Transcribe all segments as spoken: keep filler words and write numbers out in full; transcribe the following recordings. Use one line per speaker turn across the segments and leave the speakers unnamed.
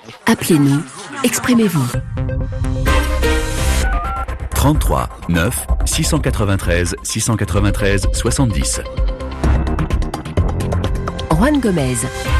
Appelez-nous, exprimez-vous.
trente-trois neuf six cent quatre-vingt-treize six cent quatre-vingt-treize soixante-dix.
Juan Gomez.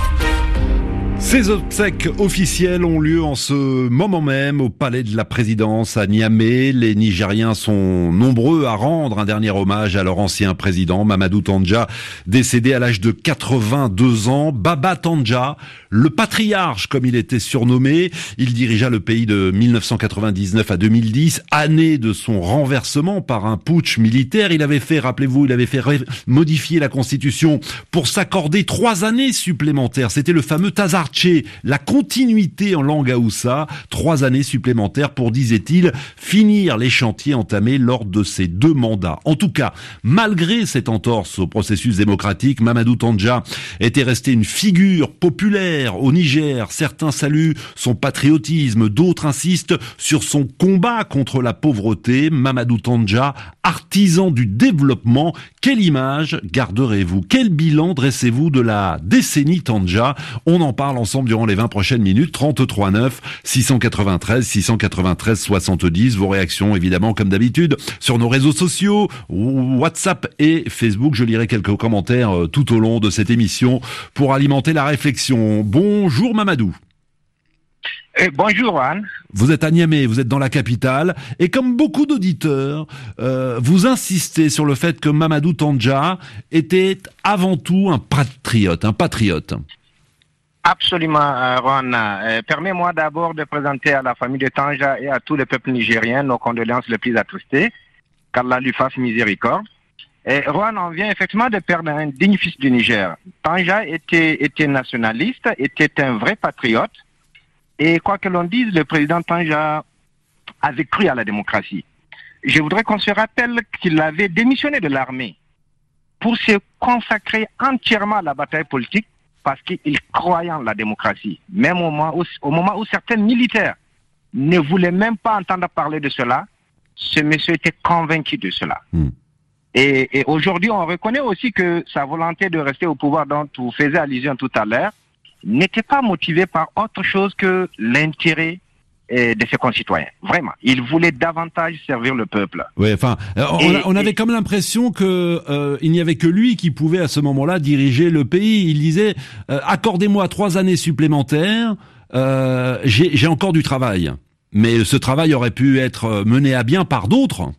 Ces obsèques officielles ont lieu en ce moment même au palais de la présidence à Niamey. Les Nigériens sont nombreux à rendre un dernier hommage à leur ancien président Mamadou Tandja, décédé à l'âge de quatre-vingt-deux ans. Baba Tandja, le patriarche comme il était surnommé, il dirigea le pays de mille neuf cent quatre-vingt-dix-neuf à deux mille dix, année de son renversement par un putsch militaire. Il avait fait, rappelez-vous, il avait fait ré- modifier la constitution pour s'accorder trois années supplémentaires. C'était le fameux Tazarché, la continuité en langue haoussa, trois années supplémentaires pour, disait-il, finir les chantiers entamés lors de ses deux mandats. En tout cas, malgré cette entorse au processus démocratique, Mamadou Tandja était resté une figure populaire au Niger. Certains saluent son patriotisme, d'autres insistent sur son combat contre la pauvreté. Mamadou Tandja, artisan du développement, quelle image garderez-vous? Quel bilan dressez-vous de la décennie Tandja? On en parle ensemble durant les vingt prochaines minutes. Trente-trois neuf six cent quatre-vingt-treize six cent quatre-vingt-treize soixante-dix. Vos réactions, évidemment, comme d'habitude, sur nos réseaux sociaux, WhatsApp et Facebook. Je lirai quelques commentaires tout au long de cette émission pour alimenter la réflexion. Bonjour Mamadou.
Eh, bonjour Anne.
Vous êtes à Niamey, vous êtes dans la capitale, et comme beaucoup d'auditeurs, euh, vous insistez sur le fait que Mamadou Tandja était avant tout un patriote, un patriote.
Absolument, euh, Juan. Euh, permets-moi d'abord de présenter à la famille de Tandja et à tout le peuple nigérien nos condoléances les plus attristées, qu'Allah lui fasse miséricorde. Et Juan, on vient effectivement de perdre un digne fils du Niger. Tandja était, était nationaliste, était un vrai patriote. Et quoi que l'on dise, le président Tandja avait cru à la démocratie. Je voudrais qu'on se rappelle qu'il avait démissionné de l'armée pour se consacrer entièrement à la bataille politique parce qu'il croyait en la démocratie. Même au moment où, au moment où certains militaires ne voulaient même pas entendre parler de cela, ce monsieur était convaincu de cela. Mmh. Et, et aujourd'hui, on reconnaît aussi que sa volonté de rester au pouvoir dont vous faisiez allusion tout à l'heure n'était pas motivé par autre chose que l'intérêt eh, de ses concitoyens. Vraiment, il voulait davantage servir le peuple.
Oui, enfin, on, et, on avait et... comme l'impression que euh, il n'y avait que lui qui pouvait à ce moment-là diriger le pays. Il disait euh, accordez-moi trois années supplémentaires, euh, j'ai, j'ai encore du travail. Mais ce travail aurait pu être mené à bien par d'autres.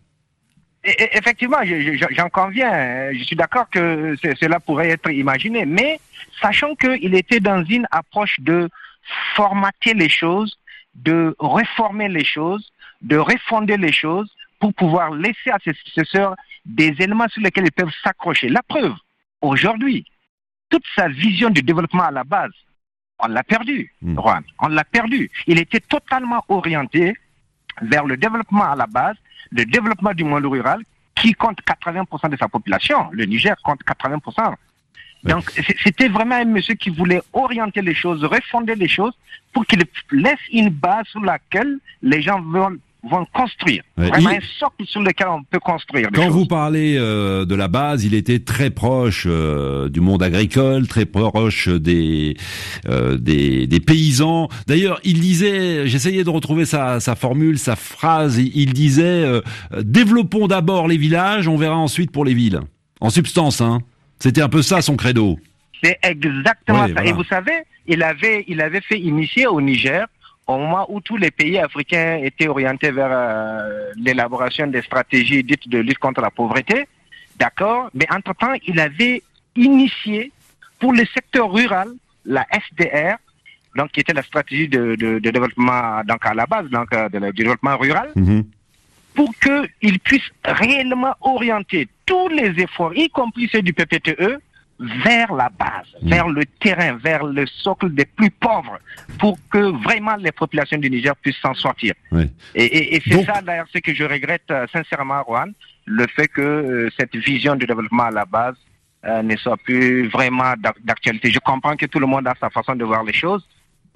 Et, effectivement, je, je, j'en conviens. Je suis d'accord que cela pourrait être imaginé, mais sachant qu'il était dans une approche de formater les choses, de réformer les choses, de refonder les choses pour pouvoir laisser à ses successeurs des éléments sur lesquels ils peuvent s'accrocher. La preuve, aujourd'hui, toute sa vision du développement à la base, on l'a perdu, mmh. Juan, on l'a perdu. Il était totalement orienté vers le développement à la base, le développement du monde rural, qui compte quatre-vingts pour cent de sa population. Le Niger compte quatre-vingts pour cent. Donc, c'était vraiment un monsieur qui voulait orienter les choses, refonder les choses, pour qu'il laisse une base sur laquelle les gens vont, vont construire. Ouais, vraiment il... un socle sur lequel on peut construire.
Quand
choses.
vous parlez euh, de la base, il était très proche euh, du monde agricole, très proche des, euh, des des paysans. D'ailleurs, il disait, j'essayais de retrouver sa, sa formule, sa phrase, il disait euh, « Développons d'abord les villages, on verra ensuite pour les villes ». En substance, hein. C'était un peu ça son credo.
C'est exactement
oui,
ça.
Voilà.
Et vous savez, il avait, il avait fait initier au Niger, au moment où tous les pays africains étaient orientés vers euh, l'élaboration des stratégies dites de lutte contre la pauvreté, d'accord, mais entre-temps, il avait initié pour le secteur rural la S D R, donc qui était la stratégie de, de, de développement donc à la base donc, de, de développement rural, mm-hmm. pour qu'il puisse réellement orienter tous les efforts, y compris ceux du P P T E, vers la base, mmh. vers le terrain, vers le socle des plus pauvres, pour que vraiment les populations du Niger puissent s'en sortir. Oui. Et, et, et c'est Donc... ça d'ailleurs ce que je regrette euh, sincèrement, Juan, le fait que euh, cette vision du développement à la base euh, ne soit plus vraiment d'actualité. Je comprends que tout le monde a sa façon de voir les choses,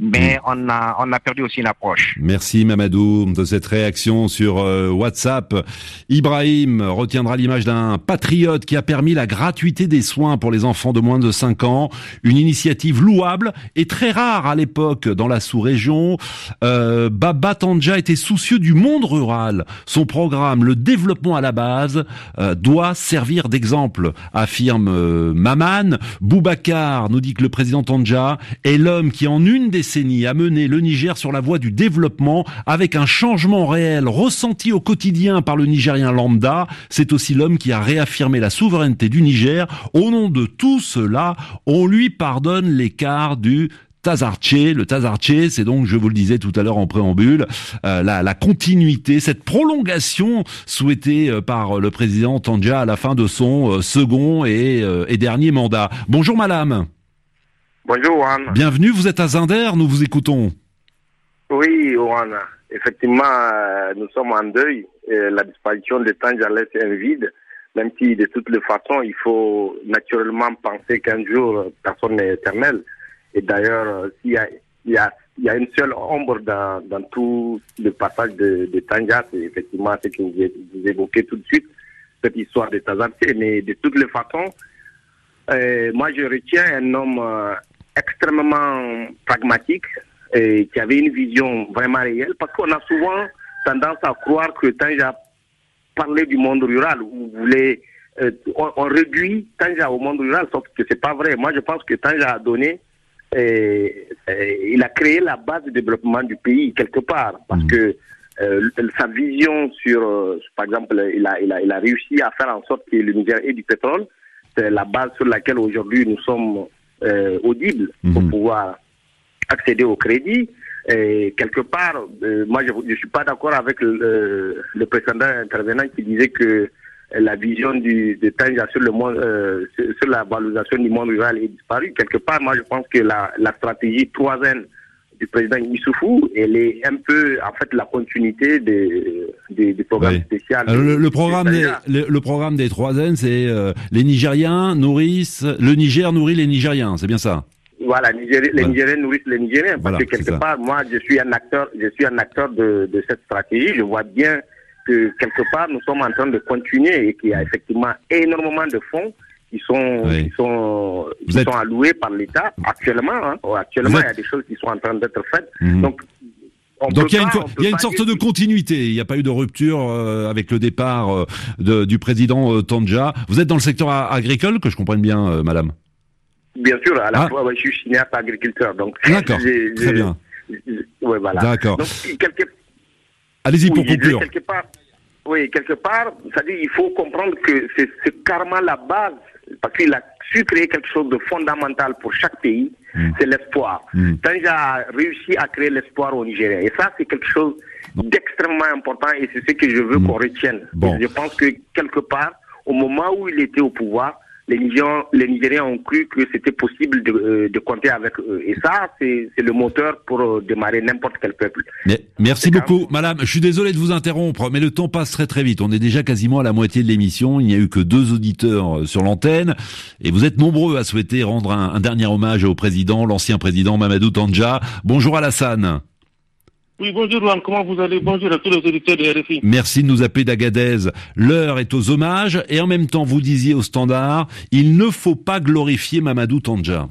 mais mmh. on a on a perdu aussi une approche.
Merci Mamadou de cette réaction sur euh, WhatsApp. Ibrahim retiendra l'image d'un patriote qui a permis la gratuité des soins pour les enfants de moins de cinq ans, une initiative louable et très rare à l'époque dans la sous-région. Euh, Baba Tandja était soucieux du monde rural. Son programme, le développement à la base, euh, doit servir d'exemple, affirme euh, Maman. Boubacar nous dit que le président Tandja est l'homme qui en une décennie a mené le Niger sur la voie du développement avec un changement réel ressenti au quotidien par le Nigérien lambda. C'est aussi l'homme qui a réaffirmé la souveraineté du Niger. Au nom de tout cela, on lui pardonne l'écart du Tazarché. Le Tazarché, c'est donc, je vous le disais tout à l'heure en préambule, euh, la, la continuité, cette prolongation souhaitée euh, par le président Tandja à la fin de son euh, second et, euh, et dernier mandat. Bonjour madame.
Bonjour Juan.
Bienvenue, vous êtes à Zinder, nous vous écoutons.
Oui Juan, effectivement euh, nous sommes en deuil. Et la disparition de Tandja laisse un vide, même si de toutes les façons il faut naturellement penser qu'un jour personne n'est éternel. Et d'ailleurs, s'il y a, il y a, il y a une seule ombre dans, dans tout le passage de, de Tandja, c'est effectivement ce que vous, vous évoquez tout de suite, cette histoire de Tazarché. Mais de toutes les façons, euh, moi je retiens un homme euh, extrêmement pragmatique et qui avait une vision vraiment réelle, parce qu'on a souvent tendance à croire que Tandja parlait du monde rural, ou voulait, euh, on, on réduit Tandja au monde rural, sauf que c'est pas vrai. Moi je pense que Tandja a donné Et, et il a créé la base de développement du pays quelque part, parce mmh. que euh, sa vision sur, euh, par exemple, il a, il a, il a réussi à faire en sorte que le Niger ait du pétrole. C'est la base sur laquelle aujourd'hui nous sommes euh, audibles mmh. pour pouvoir accéder au crédit. Et quelque part, euh, moi je ne suis pas d'accord avec le, le précédent intervenant qui disait que la vision du, de Tandja sur le monde, euh, sur, sur la valorisation du monde rural est disparue. Quelque part, moi, je pense que la, la stratégie trois N du président Issoufou, elle est un peu, en fait, la continuité des, des, des programmes oui. spéciaux.
Alors, le, le programme des, le, le programme des trois N, c'est euh, les Nigériens nourrissent, le Niger nourrit les Nigériens, c'est bien ça?
Voilà, Nigéri, les voilà. Nigériens nourrissent les Nigériens, parce
voilà,
que quelque part, moi, je suis un acteur, je suis un acteur de, de cette stratégie. Je vois bien que quelque part nous sommes en train de continuer et qu'il y a effectivement énormément de fonds qui sont oui. qui sont qui êtes... sont alloués par l'État actuellement. Hein. Actuellement, êtes... il y a des choses qui sont en train d'être faites. Mmh. Donc on
Donc il y a une,
pas,
il y a une sorte dire... de continuité. Il n'y a pas eu de rupture euh, avec le départ euh, de, du président euh, Tandja. Vous êtes dans le secteur agricole, que je comprenne bien, euh, madame.
Bien sûr, à la
ah.
fois, ouais, je suis cinéaste agriculteur, donc.
D'accord.
j'ai,
Très
j'ai,
bien.
Ouais, voilà.
D'accord.
Donc quelque
Allez-y pour
oui,
conclure.
Quelque part, oui, quelque part, c'est-à-dire il faut comprendre que c'est, c'est carrément la base, parce qu'il a su créer quelque chose de fondamental pour chaque pays, mmh. c'est l'espoir. Mmh. Tandja a réussi à créer l'espoir au Nigeria. Et ça, c'est quelque chose bon. d'extrêmement important et c'est ce que je veux mmh. qu'on retienne. Bon. Je pense que quelque part, au moment où il était au pouvoir, les Nigériens, les Nigériens ont cru que c'était possible de, euh, de compter avec eux. Et ça, c'est, c'est le moteur pour euh, démarrer n'importe quel peuple.
Mais, merci beaucoup, madame. Je suis désolé de vous interrompre, mais le temps passe très très vite. On est déjà quasiment à la moitié de l'émission. Il n'y a eu que deux auditeurs sur l'antenne. Et vous êtes nombreux à souhaiter rendre un, un dernier hommage au président, l'ancien président Mamadou Tandja. Bonjour Alassane.
Oui, bonjour Juan, comment vous allez? Bonjour à tous les auditeurs de R F I.
Merci de nous appeler d'Agadez. L'heure est aux hommages et en même temps vous disiez au standard, il ne faut pas glorifier Mamadou Tandja.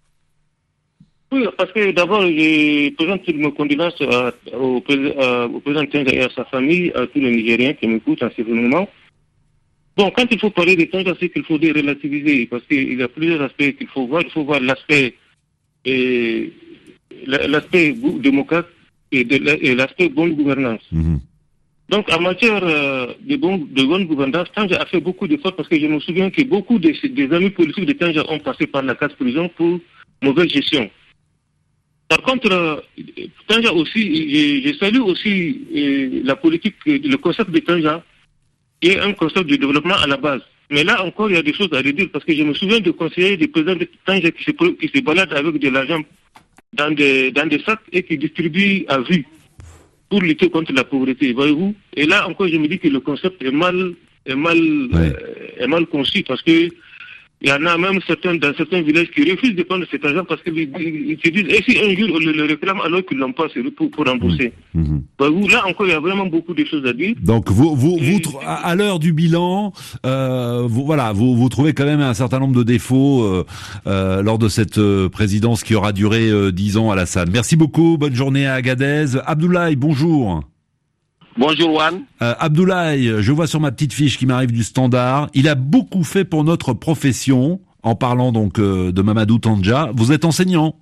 Oui, parce que d'abord, je présente mes condoléances euh, au, euh, au président Tandja et à sa famille, à tous les Nigériens qui m'écoutent en ce moment. Bon, quand il faut parler de Tandja, c'est qu'il faut relativiser, parce qu'il y a plusieurs aspects qu'il faut voir. Il faut voir l'aspect, euh, l'aspect démocrate, et de l'aspect bonne gouvernance. Mmh. Donc, en matière euh, de, bon, de bonne gouvernance, Tandja a fait beaucoup d'efforts parce que je me souviens que beaucoup de, des amis politiques de Tandja ont passé par la case prison pour mauvaise gestion. Par contre, euh, Tandja aussi, je, je salue aussi euh, la politique, le concept de Tandja, qui est un concept de développement à la base. Mais là encore, il y a des choses à redire parce que je me souviens de conseillers des présidents de Tandja qui se, qui se baladent avec de l'argent dans des, dans des sacs et qui distribuent à vue pour lutter contre la pauvreté, voyez-vous. Et là encore, je me dis que le concept est mal, est mal, ouais. euh, est mal conçu parce que Il y en a même certains dans certains villages qui refusent de prendre cet argent parce qu'ils ils se disent et si un jour on le, le réclame alors qu'ils l'ont pas pour, pour rembourser. Mmh. Bah, vous, là encore il y a vraiment beaucoup de choses à dire.
Donc vous vous, et, vous à, à l'heure du bilan, euh, vous voilà vous vous trouvez quand même un certain nombre de défauts euh, euh, lors de cette euh, présidence qui aura duré euh, dix ans à Alassane. Merci beaucoup, bonne journée à Agadez. Abdoulaye, bonjour.
Bonjour Juan.
Euh, Abdoulaye, je vois sur ma petite fiche qui m'arrive du Standard, il a beaucoup fait pour notre profession, en parlant donc euh, de Mamadou Tandja. Vous êtes enseignant.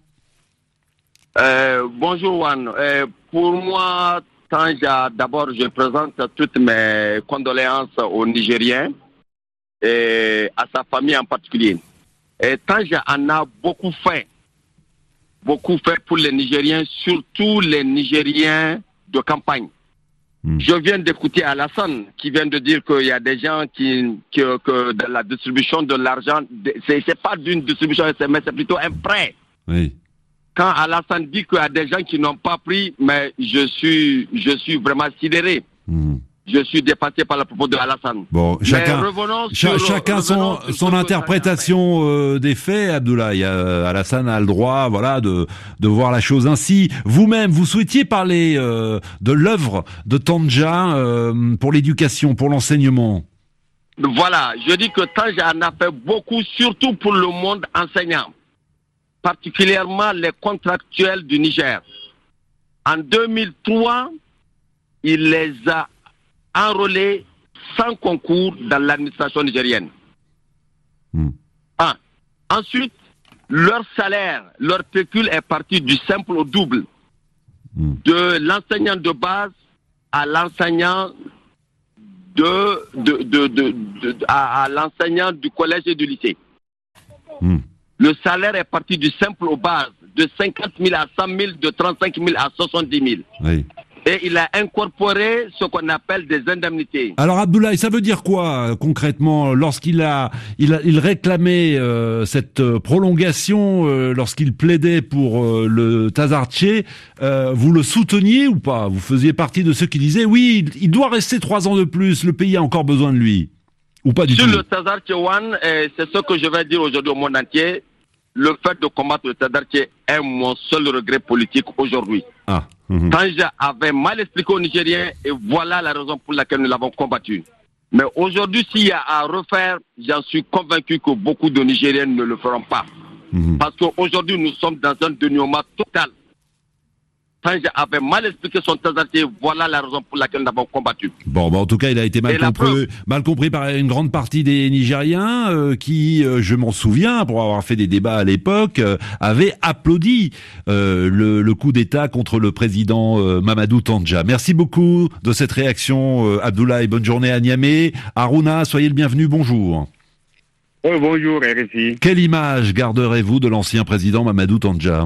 Euh, bonjour Juan. Euh, pour moi, Tandja, d'abord je présente toutes mes condoléances aux Nigériens et à sa famille en particulier. Et Tandja en a beaucoup fait, beaucoup fait pour les Nigériens, surtout les Nigériens de campagne. Je viens d'écouter Alassane qui vient de dire qu'il y a des gens qui, qui que dans la distribution de l'argent, c'est, c'est pas d'une distribution, mais c'est plutôt un prêt.
Oui.
Quand Alassane dit qu'il y a des gens qui n'ont pas pris, mais je suis, je suis vraiment sidéré. Mmh. Je suis dépassé par la propos de Alassane.
Bon, chacun, cha-
sur,
chacun son, son interprétation euh, des faits, Abdoulaye. Euh, Alassane a le droit, voilà, de de voir la chose ainsi. Vous-même, vous souhaitiez parler euh, de l'œuvre de Tandja euh, pour l'éducation, pour l'enseignement.
Voilà, je dis que Tandja en a fait beaucoup, surtout pour le monde enseignant, particulièrement les contractuels du Niger. En deux mille trois, il les a enrôlés sans concours dans l'administration nigérienne. Mmh. Un. Ensuite, leur salaire, leur pécule est parti du simple au double. Mmh. De l'enseignant de base à l'enseignant de, de, de, de, de à, à l'enseignant du collège et du lycée. Mmh. Le salaire est parti du simple au base, de cinquante mille à cent mille, de trente-cinq mille à soixante-dix mille. Oui. Et il a incorporé ce qu'on appelle des indemnités.
Alors Abdoulaye, ça veut dire quoi concrètement lorsqu'il a, il a, il réclamait euh, cette prolongation, euh, lorsqu'il plaidait pour euh, le Tazartché, euh, vous le souteniez ou pas? Vous faisiez partie de ceux qui disaient oui, il, il doit rester trois ans de plus, le pays a encore besoin de lui, ou pas du
Sur
tout?
Sur le Tazartché, euh, c'est ce que je vais dire aujourd'hui au monde entier. Le fait de combattre le Tazartché est mon seul regret politique aujourd'hui. Ah. Mmh. Tandja avait mal expliqué aux Nigériens et voilà la raison pour laquelle nous l'avons combattu. Mais aujourd'hui, s'il y a à refaire, j'en suis convaincu que beaucoup de Nigériens ne le feront pas. Mmh. Parce qu'aujourd'hui, nous sommes dans un dénuement total. Tandja avait mal expliqué son Tazartché, voilà la raison pour laquelle nous l'avons combattu.
Bon, bah en tout cas, il a été mal, compris, mal compris par une grande partie des Nigériens euh, qui, euh, je m'en souviens, pour avoir fait des débats à l'époque, euh, avaient applaudi euh, le, le coup d'État contre le président euh, Mamadou Tandja. Merci beaucoup de cette réaction, euh, Abdoulaye. Bonne journée à Niamey. Aruna, soyez le bienvenu. Bonjour.
Oh, bonjour, R F I.
Quelle image garderez-vous de l'ancien président Mamadou Tandja?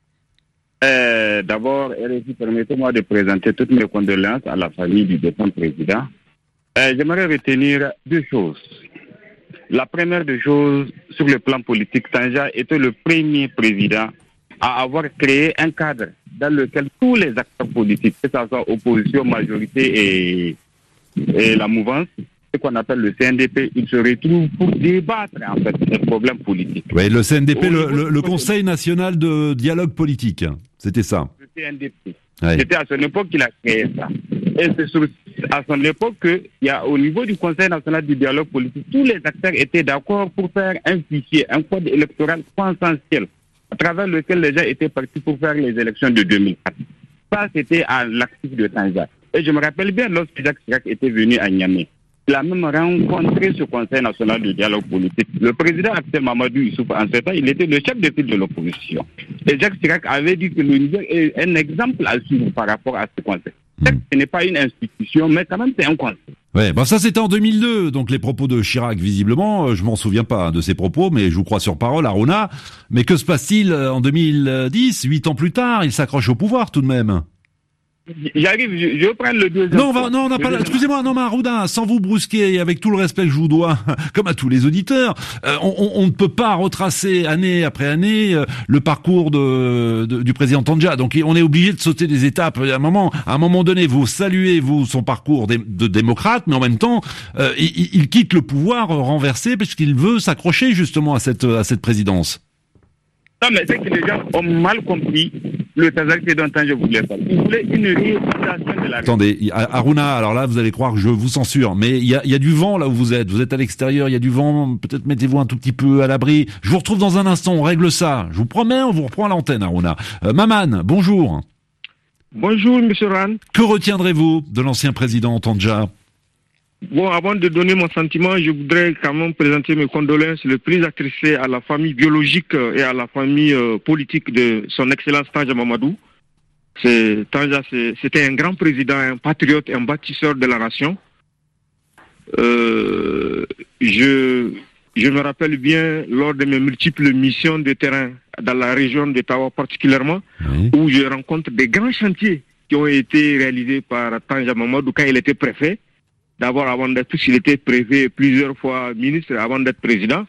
Euh, d'abord, R F I, permettez-moi de présenter toutes mes condoléances à la famille du défunt président. Euh, j'aimerais retenir deux choses. La première des choses, sur le plan politique, Tandja était le premier président à avoir créé un cadre dans lequel tous les acteurs politiques, que ce soit opposition, majorité et, et la mouvance, ce qu'on appelle le C N D P, ils se retrouvent pour débattre en fait des problèmes politiques.
Oui, le C N D P, le, le, le Conseil national de dialogue politique, c'était ça.
Le C N D P. Ouais. C'était à son époque qu'il a créé ça. Et c'est sur, à son époque qu'il y a au niveau du Conseil national du dialogue politique, tous les acteurs étaient d'accord pour faire un fichier, un code électoral consensuel, à travers lequel les gens étaient partis pour faire les élections de deux mille quatre. Ça, c'était à l'actif de Tandja. Et je me rappelle bien lorsque Jacques Chirac était venu à Niamey. Il a même rencontré ce Conseil national de dialogue politique. Le président actuel Mamadou Issouf, en ce temps, il était le chef de file de l'opposition. Et Jacques Chirac avait dit que le Niger est un exemple à suivre par rapport à ce Conseil. Mmh. Ce n'est pas une institution, mais quand même c'est un Conseil.
Ouais, bon ça c'était en deux mille deux, donc les propos de Chirac, visiblement, je m'en souviens pas de ces propos, mais je vous crois sur parole, Aruna. Mais que se passe-t-il en deux mille dix, huit ans plus tard? Il s'accroche au pouvoir tout de même.
J'arrive, je, je vais prendre le deuxième.
Non, on va, non, on n'a pas. Excusez-moi, non, mais Arruda, sans vous brusquer et avec tout le respect que je vous dois, comme à tous les auditeurs, euh, on, on, on ne peut pas retracer année après année euh, le parcours de, de, du président Tandja. Donc, on est obligé de sauter des étapes. À un moment, à un moment donné, vous saluez vous son parcours de, de démocrate, mais en même temps, euh, il, il quitte le pouvoir renversé parce qu'il veut s'accrocher justement à cette à cette présidence.
Non, mais c'est que les gens ont mal compris le Tazakh dont je voulais parler. Ils voulaient une réorientation de la...
Attendez, Aruna, alors là, vous allez croire que je vous censure, mais il y a, y a du vent là où vous êtes. Vous êtes à l'extérieur, il y a du vent, peut-être mettez-vous un tout petit peu à l'abri. Je vous retrouve dans un instant, on règle ça. Je vous promets, on vous reprend à l'antenne, Aruna. Euh, Maman, bonjour.
Bonjour, monsieur Ran.
Que retiendrez-vous de l'ancien président Tandja ?
Bon, avant de donner mon sentiment, je voudrais quand même présenter mes condoléances le plus attristées à la famille biologique et à la famille euh, politique de son Excellence Tandja Mamadou. C'est, Tandja, c'est, c'était un grand président, un patriote, un bâtisseur de la nation. Euh, je, je me rappelle bien lors de mes multiples missions de terrain dans la région d'Ottawa particulièrement, oui. où je rencontre des grands chantiers qui ont été réalisés par Tandja Mamadou quand il était préfet. D'abord, avant d'être, il était préfet plusieurs fois ministre avant d'être président.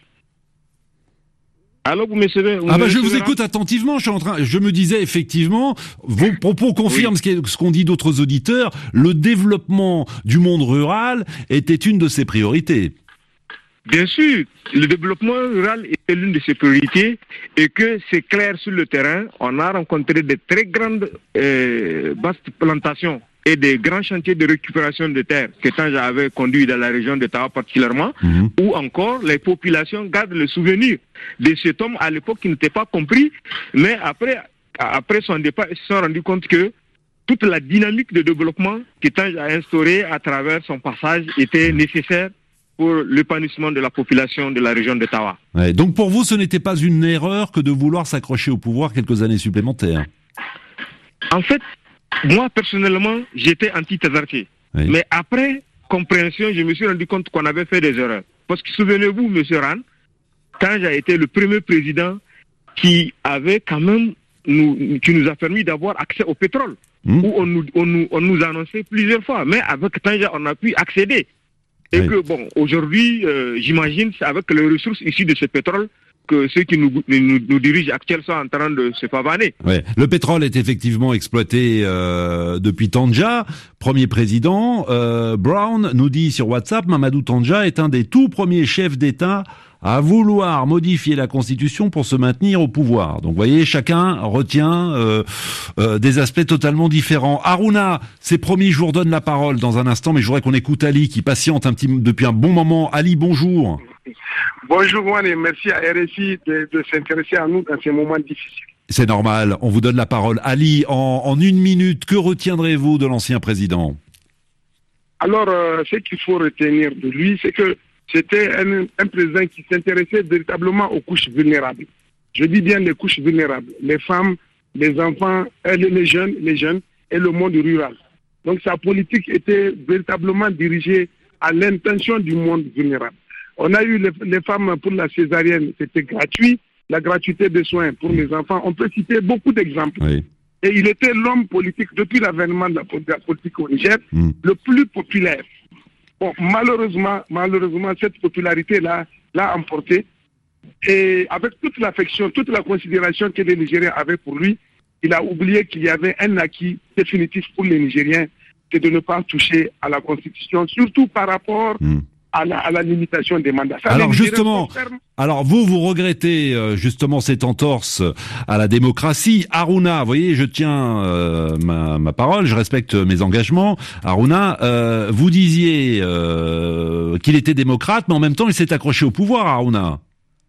Alors, vous me savez... Vous
ah bah
me
je vous
là
écoute attentivement, je suis en train, je me disais effectivement, vos propos confirment oui. ce qu'ont dit d'autres auditeurs, le développement du monde rural était une de ses priorités.
Bien sûr, le développement rural est l'une de ses priorités et que c'est clair sur le terrain, on a rencontré de très grandes euh, vastes plantations et des grands chantiers de récupération de terres que Tandja avait conduit dans la région d'Ottawa particulièrement, mmh. où encore les populations gardent le souvenir de cet homme à l'époque qui n'était pas compris, mais après, après son départ, ils se sont rendus compte que toute la dynamique de développement que Tandja a instaurée à travers son passage était nécessaire pour l'épanouissement de la population de la région d'Ottawa.
Ouais, donc pour vous, ce n'était pas une erreur que de vouloir s'accrocher au pouvoir quelques années supplémentaires?
En fait, moi, personnellement, j'étais anti-Tazarké. Oui. Mais après compréhension, je me suis rendu compte qu'on avait fait des erreurs. Parce que souvenez-vous, M. Ran, Tandja a été le premier président qui avait quand même, nous, qui nous a permis d'avoir accès au pétrole. Mmh. Où on nous, on, nous, on nous annonçait plusieurs fois. Mais avec Tandja, on a pu accéder. Et oui. que, bon, aujourd'hui, euh, j'imagine, c'est avec les ressources issues de ce pétrole que ceux qui nous, nous, nous dirigent actuellement sont en train de se pavaner.
Ouais. Le pétrole est effectivement exploité euh, depuis Tandja, premier président. Euh, Brown nous dit sur WhatsApp, Mamadou Tandja est un des tout premiers chefs d'État à vouloir modifier la Constitution pour se maintenir au pouvoir. Donc, vous voyez, chacun retient euh, euh, des aspects totalement différents. Aruna, c'est promis, je vous redonne la parole dans un instant, mais je voudrais qu'on écoute Ali qui patiente un petit depuis un bon moment. Ali, bonjour.
Bonjour, Juan, et merci à R F I de, de s'intéresser à nous dans ces moments difficiles.
C'est normal, on vous donne la parole. Ali, en, en une minute, que retiendrez-vous de l'ancien président?
Alors, euh, ce qu'il faut retenir de lui, c'est que c'était un, un président qui s'intéressait véritablement aux couches vulnérables. Je dis bien les couches vulnérables, les femmes, les enfants, les jeunes, les jeunes et le monde rural. Donc sa politique était véritablement dirigée à l'intention du monde vulnérable. On a eu les, les femmes pour la césarienne, c'était gratuit, la gratuité des soins pour les enfants. On peut citer beaucoup d'exemples. Oui. Et il était l'homme politique, depuis l'avènement de la, de la politique au Niger, mm. le plus populaire. Bon, malheureusement, malheureusement, cette popularité-là l'a emporté. Et avec toute l'affection, toute la considération que les Nigériens avaient pour lui, il a oublié qu'il y avait un acquis définitif pour les Nigériens, c'est de ne pas toucher à la Constitution, surtout par rapport mm. à, la, à la limitation des mandats. Ça,
alors justement, alors vous, vous regrettez euh, justement cette entorse à la démocratie. Aruna, vous voyez, je tiens euh, ma, ma parole, je respecte mes engagements. Aruna, euh, vous disiez euh, qu'il était démocrate, mais en même temps, il s'est accroché au pouvoir, Aruna.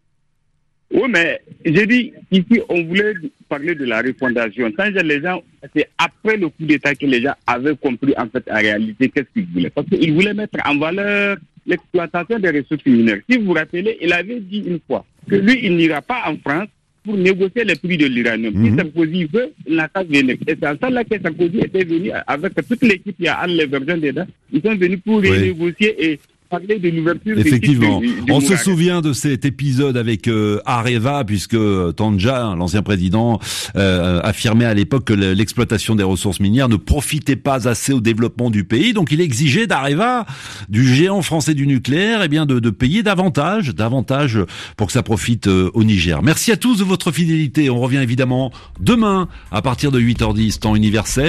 Oui, mais j'ai dit, ici, on voulait parler de la refondation. Quand les gens, c'est après le coup d'État que les gens avaient compris, en fait, en réalité, qu'est-ce qu'ils voulaient. Parce qu'ils voulaient mettre en valeur l'exploitation des ressources minières. Si vous vous rappelez, il avait dit une fois que lui, il n'ira pas en France pour négocier les prix de l'uranium. Mm-hmm. Si Sarkozy veut, il n'a qu'à venir. Et c'est en ça là que Sarkozy était venu avec toute l'équipe, il y a Anne Levergen dedans. Ils sont venus pour oui. renégocier et
parler de l'ouverture.
Effectivement.
Des, des, des
On se
Mouragas.
souvient de cet épisode avec euh, Areva, puisque Tandja, l'ancien président, euh, affirmait à l'époque que l'exploitation des ressources minières ne profitait pas assez au développement du pays. Donc il exigeait d'Areva, du géant français du nucléaire, eh bien de, de payer davantage, davantage pour que ça profite euh, au Niger. Merci à tous de votre fidélité. On revient évidemment demain à partir de huit heures dix, temps universel.